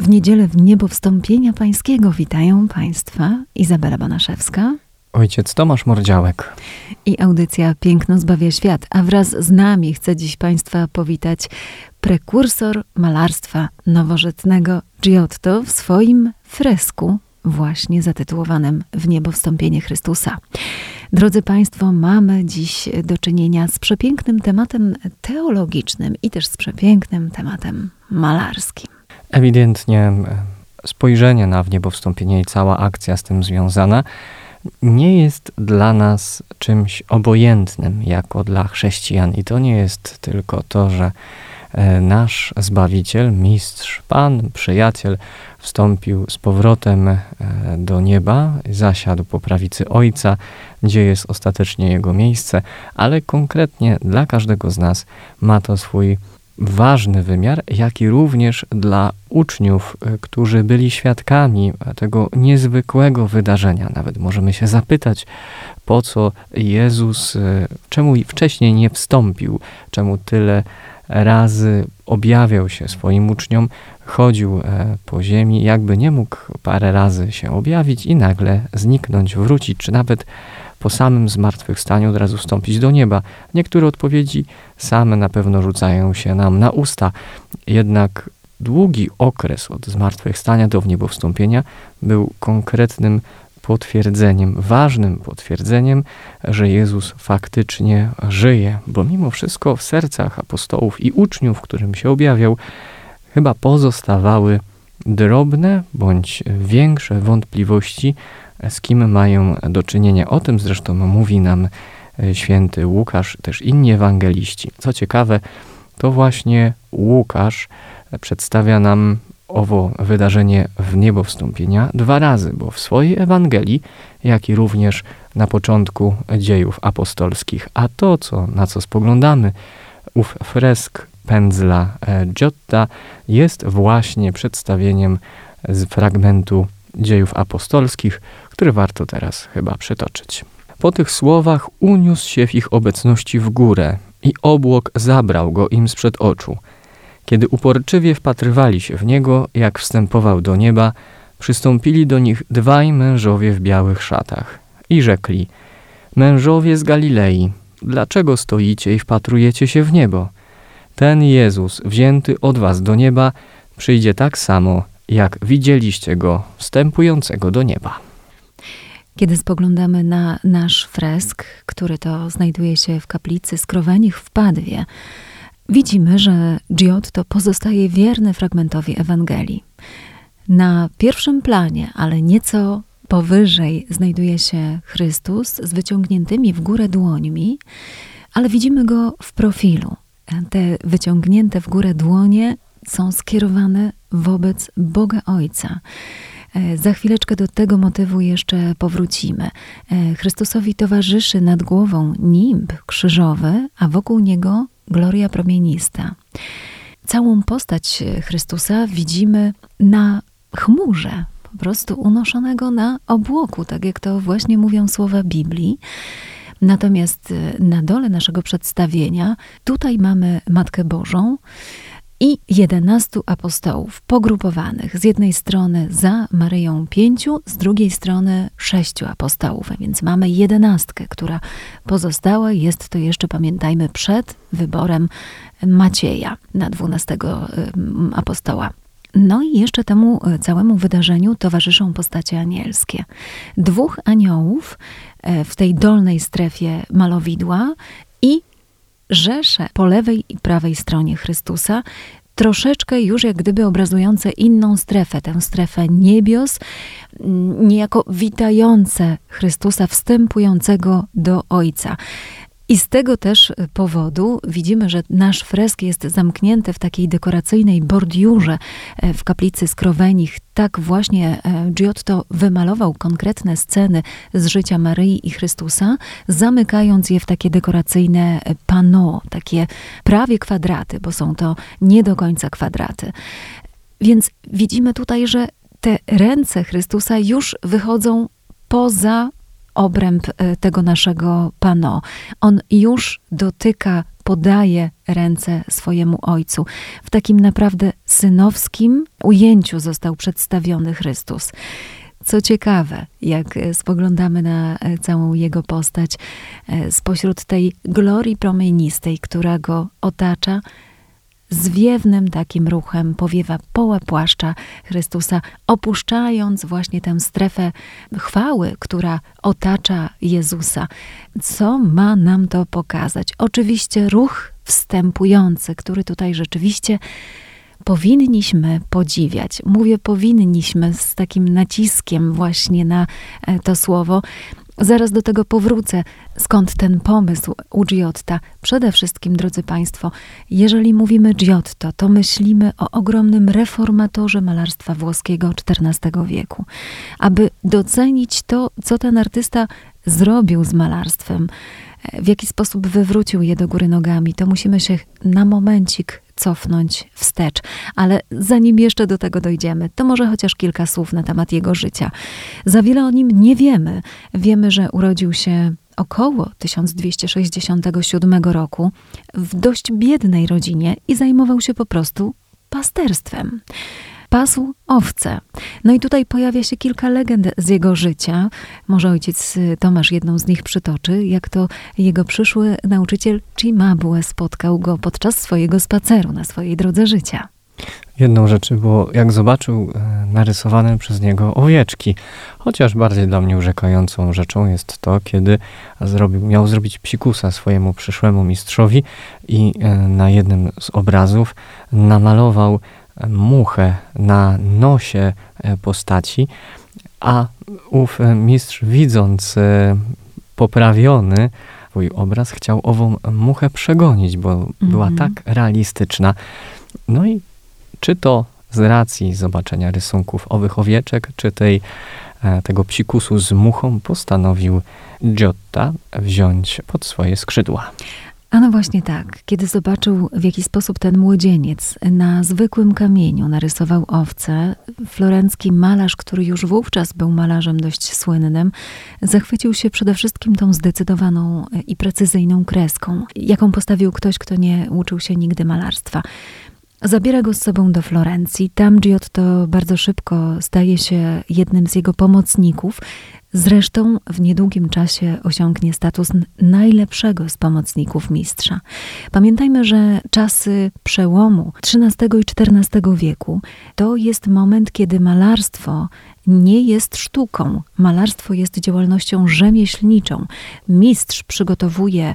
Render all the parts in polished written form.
W niedzielę w niebo wstąpienia pańskiego witają Państwa Izabela Banaszewska, ojciec Tomasz Mordziałek i audycja Piękno zbawia świat, a wraz z nami chce dziś Państwa powitać prekursor malarstwa nowożytnego Giotto w swoim fresku właśnie zatytułowanym W niebo wstąpienie Chrystusa. Drodzy Państwo, mamy dziś do czynienia z przepięknym tematem teologicznym i też z przepięknym tematem malarskim. Ewidentnie spojrzenie na w niebo wstąpienie i cała akcja z tym związana nie jest dla nas czymś obojętnym, jako dla chrześcijan. I to nie jest tylko to, że nasz Zbawiciel, Mistrz, Pan, Przyjaciel wstąpił z powrotem do nieba, zasiadł po prawicy Ojca, gdzie jest ostatecznie Jego miejsce, ale konkretnie dla każdego z nas ma to swój ważny wymiar, jak i również dla uczniów, którzy byli świadkami tego niezwykłego wydarzenia. Nawet możemy się zapytać, po co Jezus, czemu wcześniej nie wstąpił, czemu tyle razy objawiał się swoim uczniom, chodził po ziemi, jakby nie mógł parę razy się objawić i nagle zniknąć, wrócić, czy nawet po samym zmartwychwstaniu od razu wstąpić do nieba. Niektóre odpowiedzi same na pewno rzucają się nam na usta, jednak długi okres od zmartwychwstania do wniebowstąpienia był konkretnym potwierdzeniem, ważnym potwierdzeniem, że Jezus faktycznie żyje, bo mimo wszystko w sercach apostołów i uczniów, którym się objawiał, chyba pozostawały drobne bądź większe wątpliwości, z kim mają do czynienia. O tym zresztą mówi nam święty Łukasz, też inni ewangeliści. Co ciekawe, to właśnie Łukasz przedstawia nam owo wydarzenie w niebo wstąpienia dwa razy, bo w swojej Ewangelii, jak i również na początku dziejów apostolskich. A to, na co spoglądamy, ów fresk pędzla Giotta, jest właśnie przedstawieniem z fragmentu dziejów apostolskich, który warto teraz chyba przytoczyć. Po tych słowach uniósł się w ich obecności w górę i obłok zabrał go im sprzed oczu. Kiedy uporczywie wpatrywali się w niego, jak wstępował do nieba, przystąpili do nich dwaj mężowie w białych szatach i rzekli: Mężowie z Galilei, dlaczego stoicie i wpatrujecie się w niebo? Ten Jezus, wzięty od was do nieba, przyjdzie tak samo, jak widzieliście go wstępującego do nieba. Kiedy spoglądamy na nasz fresk, który to znajduje się w kaplicy Skrowenich w Padwie, widzimy, że Giotto pozostaje wierny fragmentowi Ewangelii. Na pierwszym planie, ale nieco powyżej, znajduje się Chrystus z wyciągniętymi w górę dłońmi, ale widzimy go w profilu. Te wyciągnięte w górę dłonie są skierowane wobec Boga Ojca. Za chwileczkę do tego motywu jeszcze powrócimy. Chrystusowi towarzyszy nad głową nimb krzyżowy, a wokół niego gloria promienista. Całą postać Chrystusa widzimy na chmurze, po prostu unoszonego na obłoku, tak jak to właśnie mówią słowa Biblii. Natomiast na dole naszego przedstawienia tutaj mamy Matkę Bożą i 11 apostołów pogrupowanych. Z jednej strony za Maryją 5, z drugiej strony 6 apostołów. Więc mamy 11, która pozostała. Jest to jeszcze, pamiętajmy, przed wyborem Macieja na 12 apostoła. No i jeszcze temu całemu wydarzeniu towarzyszą postacie anielskie. 2 aniołów w tej dolnej strefie malowidła i rzesze po lewej i prawej stronie Chrystusa, troszeczkę już jak gdyby obrazujące inną strefę, tę strefę niebios, niejako witające Chrystusa wstępującego do Ojca. I z tego też powodu widzimy, że nasz fresk jest zamknięty w takiej dekoracyjnej bordiurze w kaplicy Skrowenich. Tak właśnie Giotto wymalował konkretne sceny z życia Maryi i Chrystusa, zamykając je w takie dekoracyjne panneau, takie prawie kwadraty, bo są to nie do końca kwadraty. Więc widzimy tutaj, że te ręce Chrystusa już wychodzą poza obręb tego naszego panneau. On już dotyka podaje ręce swojemu ojcu. W takim naprawdę synowskim ujęciu został przedstawiony Chrystus. Co ciekawe, jak spoglądamy na całą jego postać, spośród tej glorii promienistej, która go otacza, zwiewnym takim ruchem powiewa poła płaszcza Chrystusa, opuszczając właśnie tę strefę chwały, która otacza Jezusa. Co ma nam to pokazać? Oczywiście ruch wstępujący, który tutaj rzeczywiście powinniśmy podziwiać. Mówię powinniśmy z takim naciskiem właśnie na to słowo. Zaraz do tego powrócę. Skąd ten pomysł u Giotta? Przede wszystkim, drodzy Państwo, jeżeli mówimy Giotto, to myślimy o ogromnym reformatorze malarstwa włoskiego XIV wieku. Aby docenić to, co ten artysta zrobił z malarstwem, w jaki sposób wywrócił je do góry nogami, to musimy się na momencik cofnąć wstecz. Ale zanim jeszcze do tego dojdziemy, to może chociaż kilka słów na temat jego życia. Za wiele o nim nie wiemy. Wiemy, że urodził się około 1267 roku w dość biednej rodzinie i zajmował się po prostu pasterstwem. Pasł owce. No i tutaj pojawia się kilka legend z jego życia. Może ojciec Tomasz jedną z nich przytoczy, jak to jego przyszły nauczyciel Cimabue spotkał go podczas swojego spaceru na swojej drodze życia. Jedną rzecz było, jak zobaczył narysowane przez niego owieczki. Chociaż bardziej dla mnie urzekającą rzeczą jest to, kiedy miał zrobić psikusa swojemu przyszłemu mistrzowi i na jednym z obrazów namalował muchę na nosie postaci, a ów mistrz, widząc poprawiony swój obraz, chciał ową muchę przegonić, bo była tak realistyczna. No i czy to z racji zobaczenia rysunków owych owieczek, czy tego psikusu z muchą postanowił Giotta wziąć pod swoje skrzydła. A no właśnie tak, kiedy zobaczył, w jaki sposób ten młodzieniec na zwykłym kamieniu narysował owce, florencki malarz, który już wówczas był malarzem dość słynnym, zachwycił się przede wszystkim tą zdecydowaną i precyzyjną kreską, jaką postawił ktoś, kto nie uczył się nigdy malarstwa. Zabiera go z sobą do Florencji. Tam Giotto bardzo szybko staje się jednym z jego pomocników. Zresztą w niedługim czasie osiągnie status najlepszego z pomocników mistrza. Pamiętajmy, że czasy przełomu XIII i XIV wieku to jest moment, kiedy malarstwo nie jest sztuką. Malarstwo jest działalnością rzemieślniczą. Mistrz przygotowuje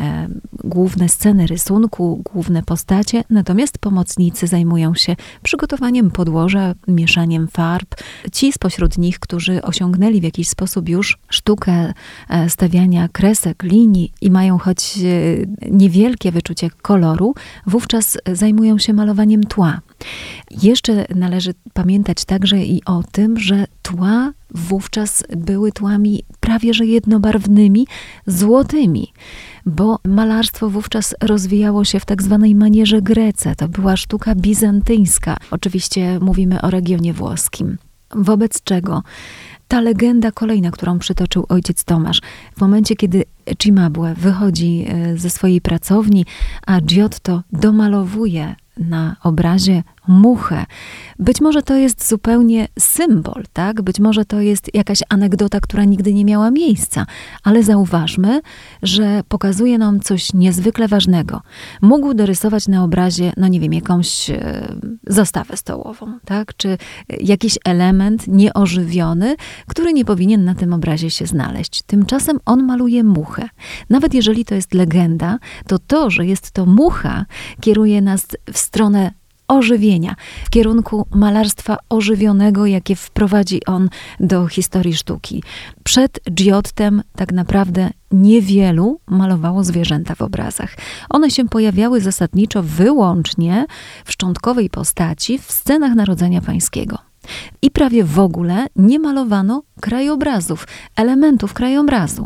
główne sceny rysunku, główne postacie, natomiast pomocnicy zajmują się przygotowaniem podłoża, mieszaniem farb. Ci spośród nich, którzy osiągnęli w jakiś sposób już sztukę stawiania kresek, linii i mają choć niewielkie wyczucie koloru, wówczas zajmują się malowaniem tła. Jeszcze należy pamiętać także i o tym, że tła wówczas były tłami prawie że jednobarwnymi, złotymi, bo malarstwo wówczas rozwijało się w tak zwanej manierze grece. To była sztuka bizantyjska. Oczywiście mówimy o regionie włoskim. Wobec czego ta legenda kolejna, którą przytoczył ojciec Tomasz, w momencie, kiedy Cimabue wychodzi ze swojej pracowni, a Giotto domalowuje na obrazie muchę. Być może to jest zupełnie symbol, tak? Być może to jest jakaś anegdota, która nigdy nie miała miejsca, ale zauważmy, że pokazuje nam coś niezwykle ważnego. Mógł dorysować na obrazie, no nie wiem, jakąś zastawę stołową, tak? Czy jakiś element nieożywiony, który nie powinien na tym obrazie się znaleźć. Tymczasem on maluje muchę. Nawet jeżeli to jest legenda, to, że jest to mucha, kieruje nas w stronę ożywienia, w kierunku malarstwa ożywionego, jakie wprowadzi on do historii sztuki. Przed Giottem tak naprawdę niewielu malowało zwierzęta w obrazach. One się pojawiały zasadniczo wyłącznie w szczątkowej postaci w scenach Narodzenia Pańskiego. I prawie w ogóle nie malowano krajobrazów, elementów krajobrazu.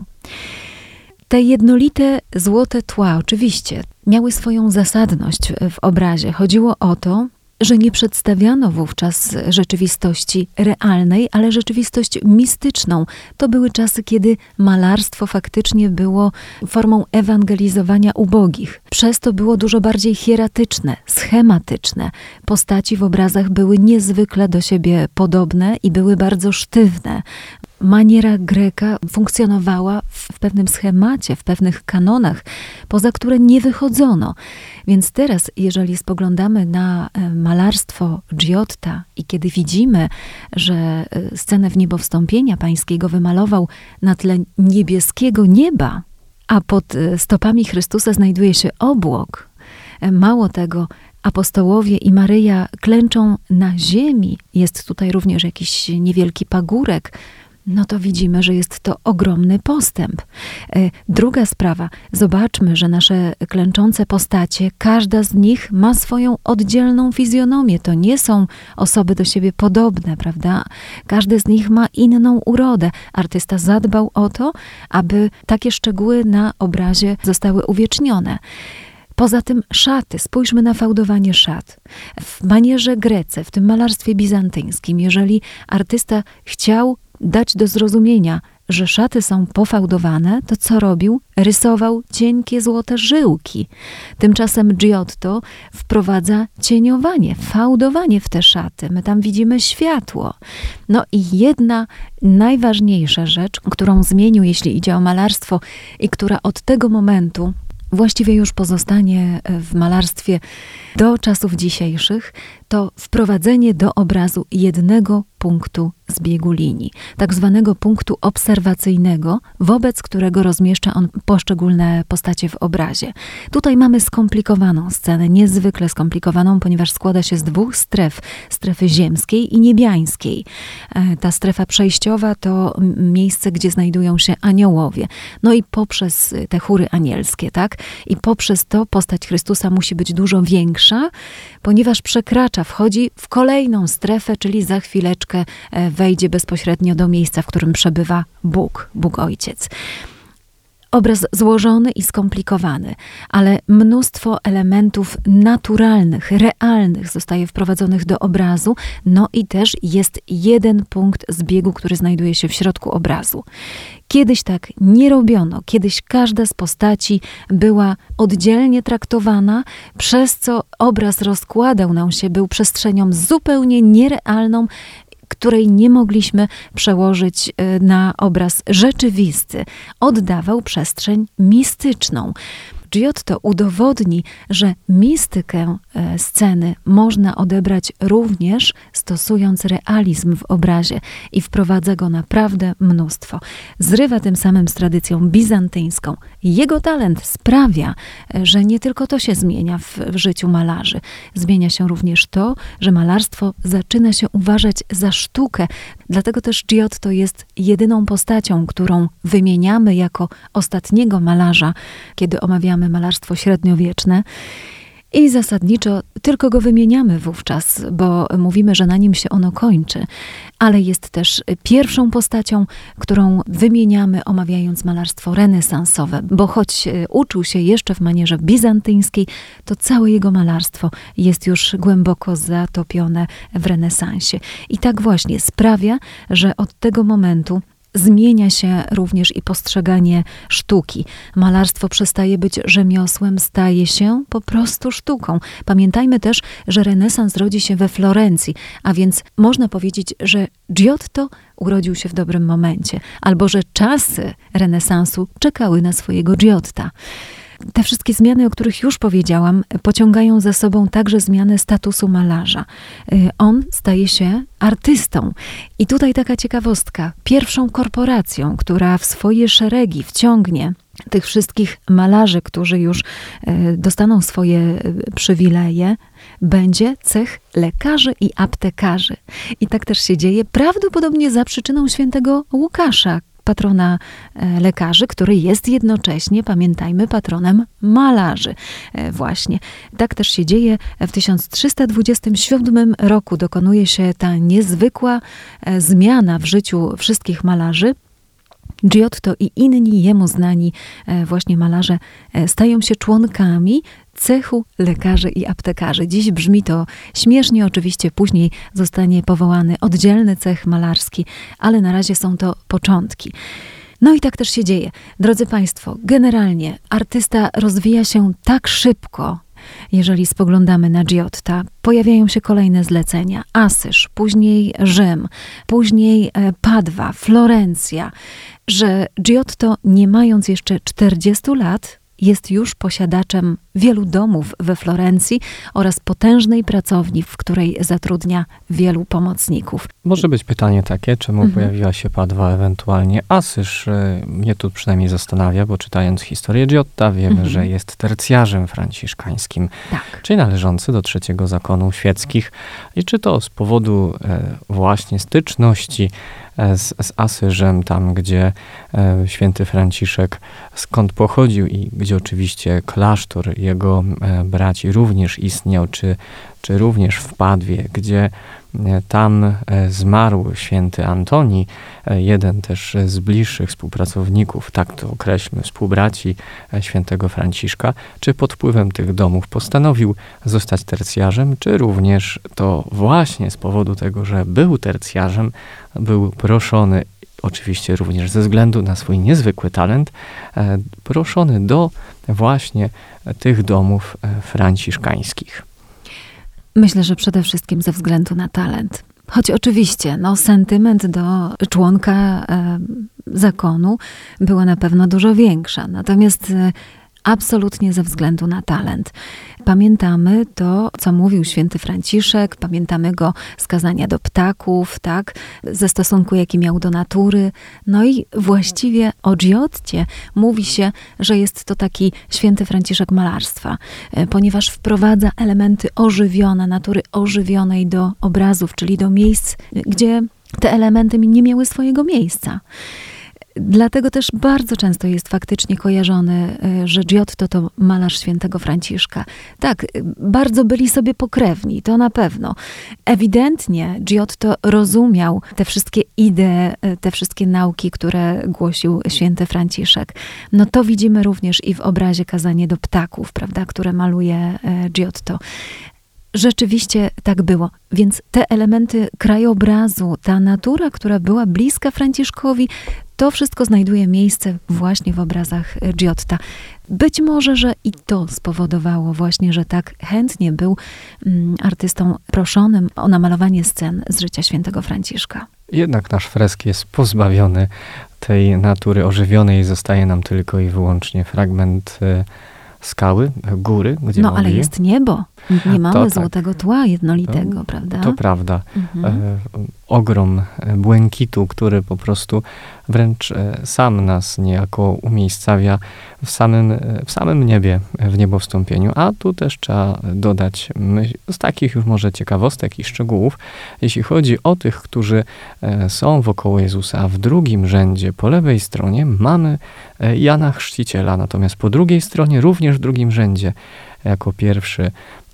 Te jednolite złote tła oczywiście miały swoją zasadność w obrazie. Chodziło o to, że nie przedstawiano wówczas rzeczywistości realnej, ale rzeczywistość mistyczną. To były czasy, kiedy malarstwo faktycznie było formą ewangelizowania ubogich. Przez to było dużo bardziej hieratyczne, schematyczne. Postaci w obrazach były niezwykle do siebie podobne i były bardzo sztywne. Maniera Greka funkcjonowała w pewnym schemacie, w pewnych kanonach, poza które nie wychodzono. Więc teraz, jeżeli spoglądamy na malarstwo Giotta i kiedy widzimy, że scenę Wniebowstąpienia Pańskiego wymalował na tle niebieskiego nieba, a pod stopami Chrystusa znajduje się obłok, mało tego, apostołowie i Maryja klęczą na ziemi, jest tutaj również jakiś niewielki pagórek, no to widzimy, że jest to ogromny postęp. Druga sprawa, zobaczmy, że nasze klęczące postacie, każda z nich ma swoją oddzielną fizjonomię. To nie są osoby do siebie podobne, prawda? Każdy z nich ma inną urodę. Artysta zadbał o to, aby takie szczegóły na obrazie zostały uwiecznione. Poza tym szaty, spójrzmy na fałdowanie szat. W manierze Grece, w tym malarstwie bizantyńskim, jeżeli artysta chciał dać do zrozumienia, że szaty są pofałdowane, to co robił? Rysował cienkie złote żyłki. Tymczasem Giotto wprowadza cieniowanie, fałdowanie w te szaty. My tam widzimy światło. No i jedna najważniejsza rzecz, którą zmienił, jeśli idzie o malarstwo i która od tego momentu właściwie już pozostanie w malarstwie do czasów dzisiejszych, to wprowadzenie do obrazu jednego punktu zbiegu linii, tak zwanego punktu obserwacyjnego, wobec którego rozmieszcza on poszczególne postacie w obrazie. Tutaj mamy skomplikowaną scenę, niezwykle skomplikowaną, ponieważ składa się z dwóch stref, strefy ziemskiej i niebiańskiej. Ta strefa przejściowa to miejsce, gdzie znajdują się aniołowie. No i poprzez te chóry anielskie, tak? I poprzez to postać Chrystusa musi być dużo większa, ponieważ wchodzi w kolejną strefę, czyli za chwileczkę wejdzie bezpośrednio do miejsca, w którym przebywa Bóg Ojciec. Obraz złożony i skomplikowany, ale mnóstwo elementów naturalnych, realnych zostaje wprowadzonych do obrazu, no i też jest jeden punkt zbiegu, który znajduje się w środku obrazu. Kiedyś tak nie robiono, kiedyś każda z postaci była oddzielnie traktowana, przez co obraz rozkładał nam się, był przestrzenią zupełnie nierealną, której nie mogliśmy przełożyć na obraz rzeczywisty. Oddawał przestrzeń mistyczną. Giotto udowodni, że mistykę sceny można odebrać również stosując realizm w obrazie i wprowadza go naprawdę mnóstwo. Zrywa tym samym z tradycją bizantyńską. Jego talent sprawia, że nie tylko to się zmienia w życiu malarzy. Zmienia się również to, że malarstwo zaczyna się uważać za sztukę. Dlatego też Giotto jest jedyną postacią, którą wymieniamy jako ostatniego malarza, kiedy omawiamy malarstwo średniowieczne. I zasadniczo tylko go wymieniamy wówczas, bo mówimy, że na nim się ono kończy. Ale jest też pierwszą postacią, którą wymieniamy, omawiając malarstwo renesansowe. Bo choć uczył się jeszcze w manierze bizantyńskiej, to całe jego malarstwo jest już głęboko zatopione w renesansie. I tak właśnie sprawia, że od tego momentu zmienia się również i postrzeganie sztuki. Malarstwo przestaje być rzemiosłem, staje się po prostu sztuką. Pamiętajmy też, że renesans rodzi się we Florencji, a więc można powiedzieć, że Giotto urodził się w dobrym momencie, albo że czasy renesansu czekały na swojego Giotta. Te wszystkie zmiany, o których już powiedziałam, pociągają za sobą także zmianę statusu malarza. On staje się artystą. I tutaj taka ciekawostka. Pierwszą korporacją, która w swoje szeregi wciągnie tych wszystkich malarzy, którzy już dostaną swoje przywileje, będzie cech lekarzy i aptekarzy. I tak też się dzieje, prawdopodobnie za przyczyną świętego Łukasza, patrona lekarzy, który jest jednocześnie, pamiętajmy, patronem malarzy. Właśnie. Tak też się dzieje. W 1327 roku dokonuje się ta niezwykła zmiana w życiu wszystkich malarzy. Giotto i inni jemu znani właśnie malarze stają się członkami cechu lekarzy i aptekarzy. Dziś brzmi to śmiesznie, oczywiście później zostanie powołany oddzielny cech malarski, ale na razie są to początki. No i tak też się dzieje. Drodzy Państwo, generalnie artysta rozwija się tak szybko, jeżeli spoglądamy na Giotta. Pojawiają się kolejne zlecenia. Asyż, później Rzym, później Padwa, Florencja, że Giotto, nie mając jeszcze 40 lat, jest już posiadaczem wielu domów we Florencji oraz potężnej pracowni, w której zatrudnia wielu pomocników. Może być pytanie takie, czemu pojawiła się Padwa, ewentualnie Asyż. Mnie tu przynajmniej zastanawia, bo czytając historię Giotta wiemy, że jest tercjarzem franciszkańskim, Tak. czyli należący do trzeciego zakonu świeckich. I czy to z powodu właśnie styczności z Asyżem, tam gdzie święty Franciszek skąd pochodził i gdzie oczywiście klasztor jego braci również istniał, czy również w Padwie, gdzie tam zmarł święty Antoni, jeden też z bliższych współpracowników, tak to określmy, współbraci świętego Franciszka, czy pod wpływem tych domów postanowił zostać tercjarzem, czy również to właśnie z powodu tego, że był tercjarzem, był proszony, oczywiście również ze względu na swój niezwykły talent, proszony do właśnie tych domów franciszkańskich. Myślę, że przede wszystkim ze względu na talent. Choć oczywiście, sentyment do członka zakonu była na pewno dużo większa. Natomiast absolutnie ze względu na talent. Pamiętamy to, co mówił święty Franciszek, pamiętamy go z kazania do ptaków, tak, ze stosunku, jaki miał do natury. No i właściwie o Giotcie mówi się, że jest to taki święty Franciszek malarstwa, ponieważ wprowadza elementy ożywione, natury ożywionej do obrazów, czyli do miejsc, gdzie te elementy nie miały swojego miejsca. Dlatego też bardzo często jest faktycznie kojarzony, że Giotto to malarz świętego Franciszka. Tak, bardzo byli sobie pokrewni, to na pewno. Ewidentnie Giotto rozumiał te wszystkie idee, te wszystkie nauki, które głosił święty Franciszek. No to widzimy również i w obrazie Kazanie do ptaków, prawda, które maluje Giotto. Rzeczywiście tak było. Więc te elementy krajobrazu, ta natura, która była bliska Franciszkowi, to wszystko znajduje miejsce właśnie w obrazach Giotta. Być może, że i to spowodowało właśnie, że tak chętnie był artystą proszonym o namalowanie scen z życia świętego Franciszka. Jednak nasz fresk jest pozbawiony tej natury ożywionej. Zostaje nam tylko i wyłącznie fragment skały, góry, gdzie No, ale jest niebo. Nie mamy to złotego tła jednolitego, prawda? To prawda. Ogrom błękitu, który po prostu wręcz sam nas niejako umiejscawia w samym niebie, w niebowstąpieniu. A tu też trzeba dodać z takich już może ciekawostek i szczegółów, jeśli chodzi o tych, którzy są wokoło Jezusa, a w drugim rzędzie, po lewej stronie mamy Jana Chrzciciela, natomiast po drugiej stronie, również w drugim rzędzie, jako pierwszy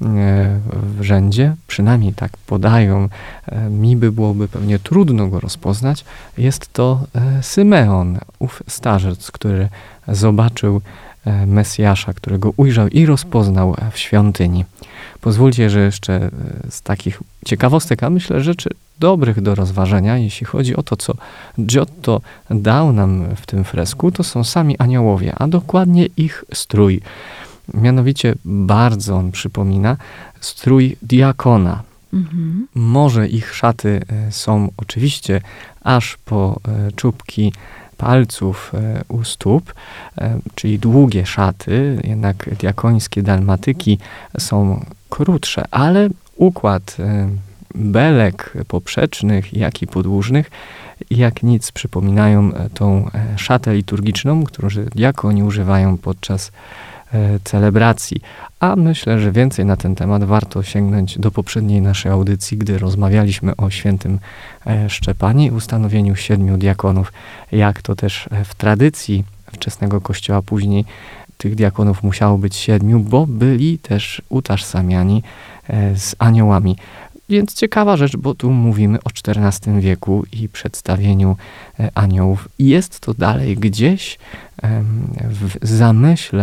w rzędzie, przynajmniej tak podają, mi byłoby pewnie trudno go rozpoznać, jest to Symeon, ów starzec, który zobaczył Mesjasza, którego ujrzał i rozpoznał w świątyni. Pozwólcie, że jeszcze z takich ciekawostek, a myślę rzeczy dobrych do rozważenia, jeśli chodzi o to, co Giotto dał nam w tym fresku, to są sami aniołowie, a dokładnie ich strój. Mianowicie bardzo on przypomina strój diakona. Może ich szaty są oczywiście aż po czubki palców u stóp, czyli długie szaty, jednak diakońskie dalmatyki są krótsze, ale układ belek poprzecznych, jak i podłużnych, jak nic przypominają tą szatę liturgiczną, którą diakoni używają podczas celebracji. A myślę, że więcej na ten temat warto sięgnąć do poprzedniej naszej audycji, gdy rozmawialiśmy o świętym Szczepanie i ustanowieniu 7 diakonów. Jak to też w tradycji wczesnego Kościoła później tych diakonów musiało być 7, bo byli też utożsamiani z aniołami. Więc ciekawa rzecz, bo tu mówimy o XIV wieku i przedstawieniu aniołów. I jest to dalej gdzieś w zamyśle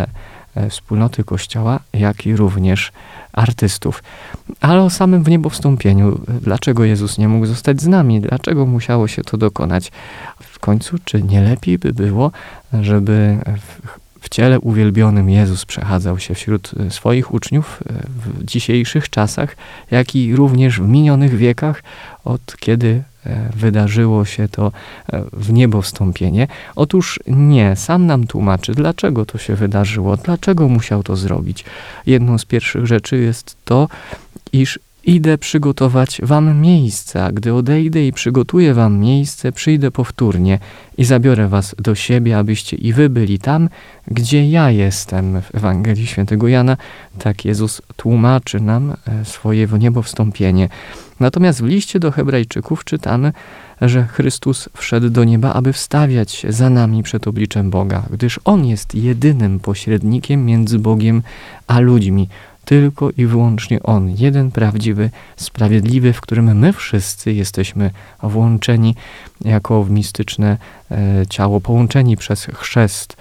wspólnoty Kościoła, jak i również artystów. Ale o samym wniebowstąpieniu, dlaczego Jezus nie mógł zostać z nami, dlaczego musiało się to dokonać w końcu, czy nie lepiej by było, żeby w ciele uwielbionym Jezus przechadzał się wśród swoich uczniów w dzisiejszych czasach, jak i również w minionych wiekach, od kiedy wydarzyło się to wniebowstąpienie. Otóż nie, sam nam tłumaczy, dlaczego to się wydarzyło, dlaczego musiał to zrobić. Jedną z pierwszych rzeczy jest to, iż idę przygotować wam miejsce, a gdy odejdę i przygotuję wam miejsce, przyjdę powtórnie i zabiorę was do siebie, abyście i wy byli tam, gdzie ja jestem. W Ewangelii Świętego Jana tak Jezus tłumaczy nam swoje wniebowstąpienie. Natomiast w liście do Hebrajczyków czytamy, że Chrystus wszedł do nieba, aby wstawiać się za nami przed obliczem Boga, gdyż On jest jedynym pośrednikiem między Bogiem a ludźmi. Tylko i wyłącznie On, jeden prawdziwy, sprawiedliwy, w którym my wszyscy jesteśmy włączeni jako w mistyczne ciało, połączeni przez chrzest.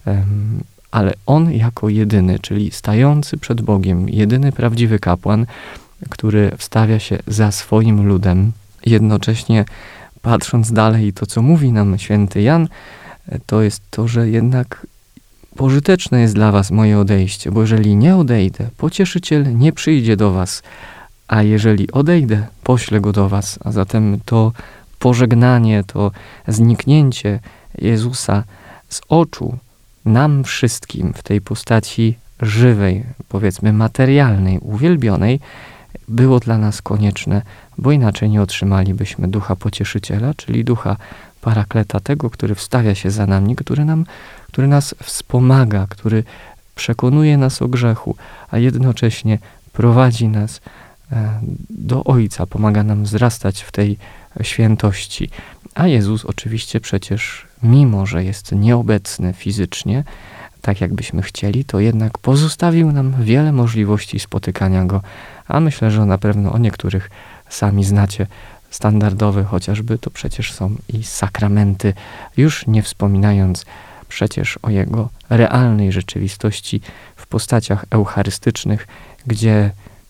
Ale On jako jedyny, czyli stający przed Bogiem, jedyny prawdziwy kapłan, który wstawia się za swoim ludem. Jednocześnie patrząc dalej, to co mówi nam święty Jan, to jest to, że jednak pożyteczne jest dla was moje odejście, bo jeżeli nie odejdę, Pocieszyciel nie przyjdzie do was, a jeżeli odejdę, poślę go do was. A zatem to pożegnanie, to zniknięcie Jezusa z oczu nam wszystkim w tej postaci żywej, powiedzmy materialnej, uwielbionej, było dla nas konieczne, bo inaczej nie otrzymalibyśmy Ducha Pocieszyciela, czyli Ducha Parakleta, tego, który wstawia się za nami, który nas wspomaga, który przekonuje nas o grzechu, a jednocześnie prowadzi nas do Ojca, pomaga nam wzrastać w tej świętości. A Jezus oczywiście przecież, mimo że jest nieobecny fizycznie, tak jakbyśmy chcieli, to jednak pozostawił nam wiele możliwości spotykania Go, a myślę, że na pewno o niektórych sami znacie, standardowe chociażby, to przecież są i sakramenty, już nie wspominając przecież o Jego realnej rzeczywistości w postaciach eucharystycznych, gdzie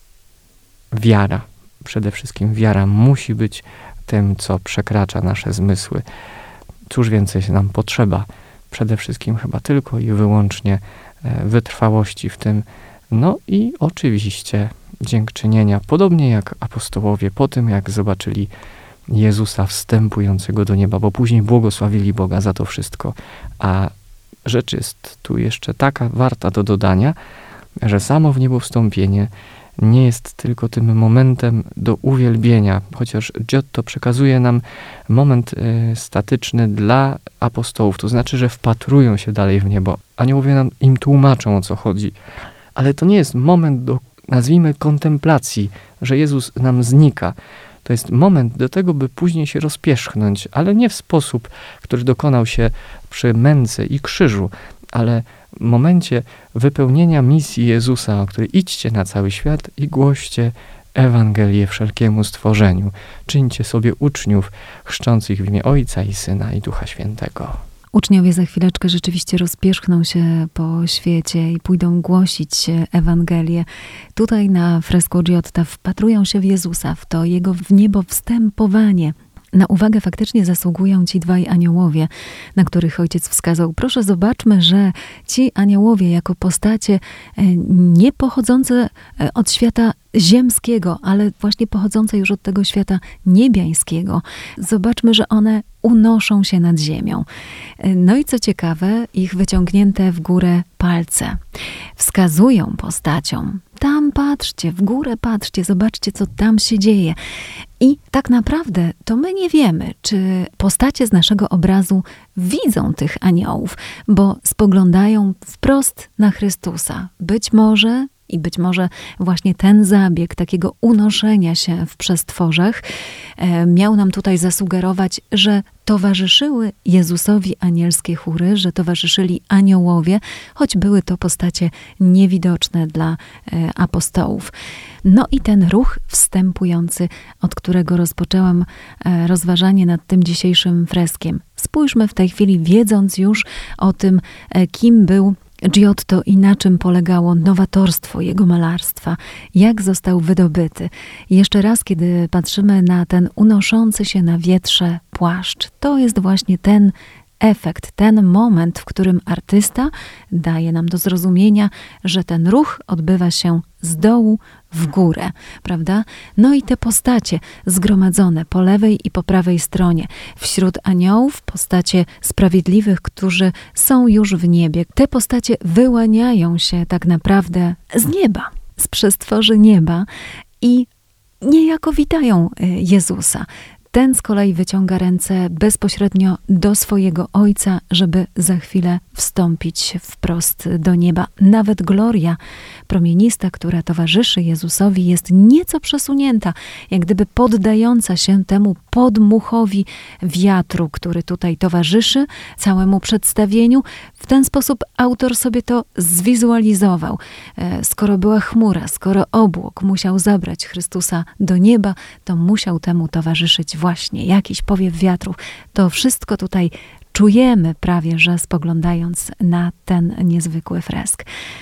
wiara, przede wszystkim wiara musi być tym, co przekracza nasze zmysły. Cóż więcej nam potrzeba? Przede wszystkim chyba tylko i wyłącznie wytrwałości w tym, no i oczywiście dziękczynienia, podobnie jak apostołowie po tym, jak zobaczyli Jezusa wstępującego do nieba, bo później błogosławili Boga za to wszystko. A rzecz jest tu jeszcze taka warta do dodania, że samo wniebowstąpienie nie jest tylko tym momentem do uwielbienia, chociaż Giotto przekazuje nam moment statyczny dla apostołów, to znaczy, że wpatrują się dalej w niebo. Aniołowie im tłumaczą, o co chodzi. Ale to nie jest moment do, nazwijmy, kontemplacji, że Jezus nam znika. To jest moment do tego, by później się rozpierzchnąć, ale nie w sposób, który dokonał się przy męce i krzyżu, ale w momencie wypełnienia misji Jezusa, o której idźcie na cały świat i głoście Ewangelię wszelkiemu stworzeniu. Czyńcie sobie uczniów, chrzcząc ich w imię Ojca i Syna i Ducha Świętego. Uczniowie za chwileczkę rzeczywiście rozpierzchną się po świecie i pójdą głosić Ewangelię. Tutaj na fresku Giotta wpatrują się w Jezusa, w to Jego wniebowstępowanie. Na uwagę faktycznie zasługują ci dwaj aniołowie, na których ojciec wskazał. Proszę, zobaczmy, że ci aniołowie jako postacie nie pochodzące od świata ziemskiego, ale właśnie pochodzące już od tego świata niebiańskiego. Zobaczmy, że one unoszą się nad ziemią. No i co ciekawe, ich wyciągnięte w górę palce wskazują postaciom. Tam patrzcie, w górę patrzcie, zobaczcie, co tam się dzieje. I tak naprawdę to my nie wiemy, czy postacie z naszego obrazu widzą tych aniołów, bo spoglądają wprost na Chrystusa. Być może właśnie ten zabieg takiego unoszenia się w przestworzach miał nam tutaj zasugerować, że towarzyszyły Jezusowi anielskie chóry, że towarzyszyli aniołowie, choć były to postacie niewidoczne dla apostołów. No i ten ruch wstępujący, od którego rozpoczęłam rozważanie nad tym dzisiejszym freskiem. Spójrzmy w tej chwili, wiedząc już o tym, kim był Giotto i na czym polegało nowatorstwo jego malarstwa, jak został wydobyty. I jeszcze raz, kiedy patrzymy na ten unoszący się na wietrze płaszcz, to jest właśnie ten efekt, ten moment, w którym artysta daje nam do zrozumienia, że ten ruch odbywa się z dołu w górę, prawda? No i te postacie zgromadzone po lewej i po prawej stronie. Wśród aniołów postacie sprawiedliwych, którzy są już w niebie. Te postacie wyłaniają się tak naprawdę z nieba, z przestworzy nieba i niejako witają Jezusa. Ten z kolei wyciąga ręce bezpośrednio do swojego Ojca, żeby za chwilę wstąpić wprost do nieba. Nawet gloria promienista, która towarzyszy Jezusowi, jest nieco przesunięta, jak gdyby poddająca się temu podmuchowi wiatru, który tutaj towarzyszy całemu przedstawieniu. W ten sposób autor sobie to zwizualizował. Skoro była chmura, skoro obłok musiał zabrać Chrystusa do nieba, to musiał temu towarzyszyć właśnie jakiś powiew wiatru. To wszystko tutaj czujemy prawie, że spoglądając na ten niezwykły fresk.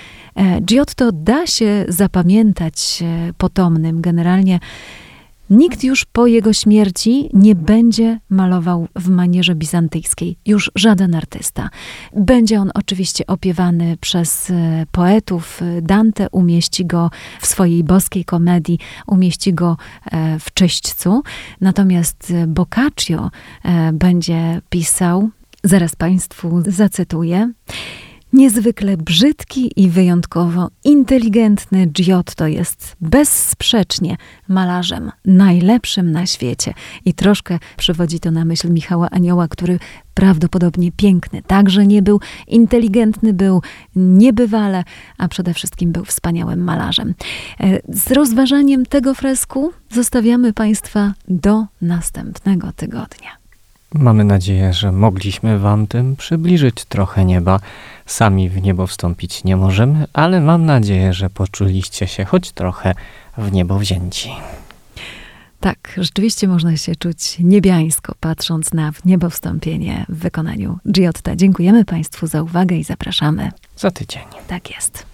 Giotto da się zapamiętać potomnym. Generalnie nikt już po jego śmierci nie będzie malował w manierze bizantyjskiej. Już żaden artysta. Będzie on oczywiście opiewany przez poetów. Dante umieści go w swojej boskiej komedii, umieści go w Czyśćcu. Natomiast Boccaccio będzie pisał, zaraz Państwu zacytuję: niezwykle brzydki i wyjątkowo inteligentny Giotto jest bezsprzecznie malarzem najlepszym na świecie. I troszkę przywodzi to na myśl Michała Anioła, który prawdopodobnie piękny także nie był, inteligentny był niebywale, a przede wszystkim był wspaniałym malarzem. Z rozważaniem tego fresku zostawiamy Państwa do następnego tygodnia. Mamy nadzieję, że mogliśmy Wam tym przybliżyć trochę nieba. Sami w niebo wstąpić nie możemy, ale mam nadzieję, że poczuliście się choć trochę w niebo wzięci. Tak, rzeczywiście można się czuć niebiańsko, patrząc na niebowstąpienie w wykonaniu Giotta. Dziękujemy Państwu za uwagę i zapraszamy za tydzień. Tak jest.